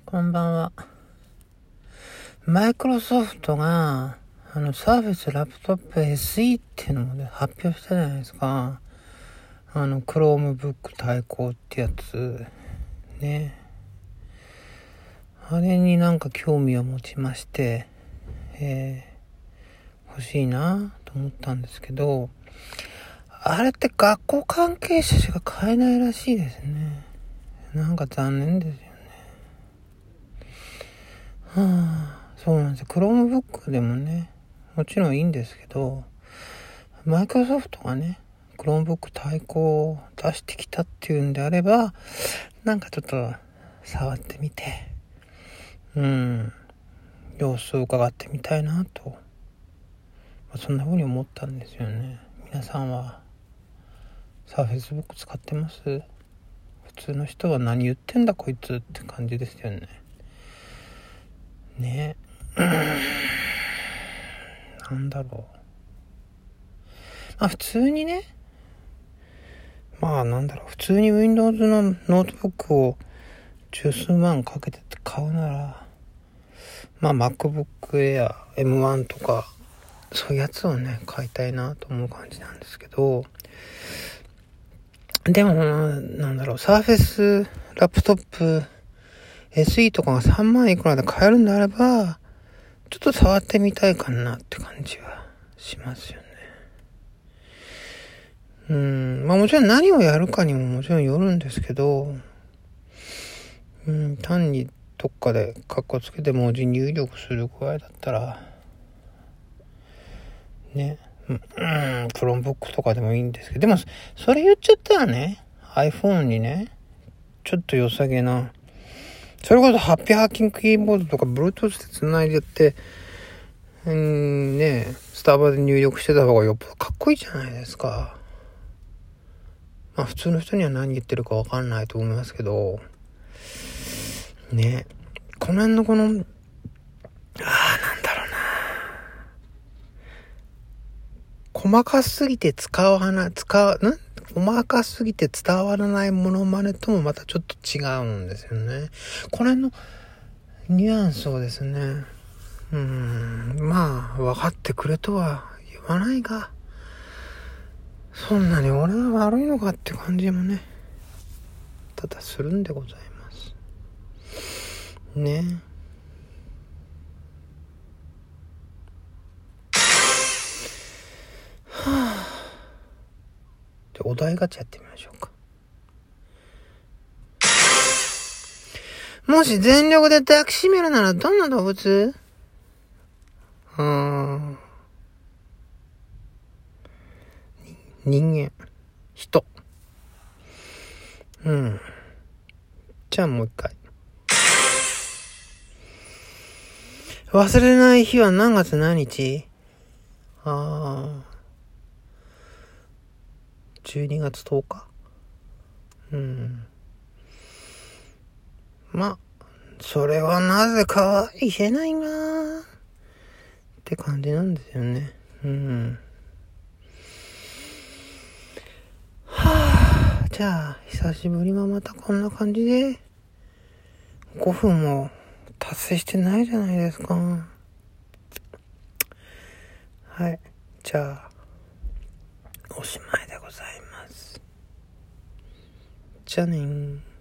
こんばんは。マイクロソフトがサーフェスラップトップ SE っていうのを、ね、発表したじゃないですか。Chromebook 対抗ってやつね。あれになんか興味を持ちまして、欲しいなと思ったんですけど、あれって学校関係者しか買えないらしいですね。なんか残念ですよね。そうなんですよ。Chromebook でもね、もちろんいいんですけど、マイクロソフトがね、Chromebook 対抗を出してきたっていうんであれば、なんかちょっと触ってみて、様子を伺ってみたいなと、そんな風に思ったんですよね。皆さんはFacebook 使ってます？普通の人は何言ってんだこいつって感じですよね。ねなんだろう。普通にね、普通に Windows のノートブックを十数万かけて買うなら、MacBook Air M1 とか、そういうやつをね、買いたいなと思う感じなんですけど、でも、Surface ラップトップ SE とかが3万いくらで買えるんであれば、ちょっと触ってみたいかなって感じはしますよね。もちろん何をやるかにももちろんよるんですけど、単にどっかでカッコつけて文字入力するぐらいだったらね、Chromebook とかでもいいんですけど、でもそれ言っちゃったらね、 iPhone にね、ちょっと良さげな、それこそハッピーハッキングキーボードとか Bluetooth で繋いでやって、スタバで入力してた方がよっぽどかっこいいじゃないですか。普通の人には何言ってるかわかんないと思いますけどね、この辺の細かすぎて細かすぎて伝わらないモノマネともまたちょっと違うんですよね。この辺のニュアンスをですね、分かってくれとは言わないが、そんなに俺は悪いのかって感じもね、ただするんでございますね。じゃあお題ガチャやってみましょうか。もし全力で抱きしめるならどんな動物？人間。人。じゃあもう一回。忘れない日は何月何日？12月10日。それはなぜかは言えないなーって感じなんですよね。じゃあ久しぶりはまたこんな感じで5分も達成してないじゃないですか。はい、じゃあおしまいでございます。じゃあねー。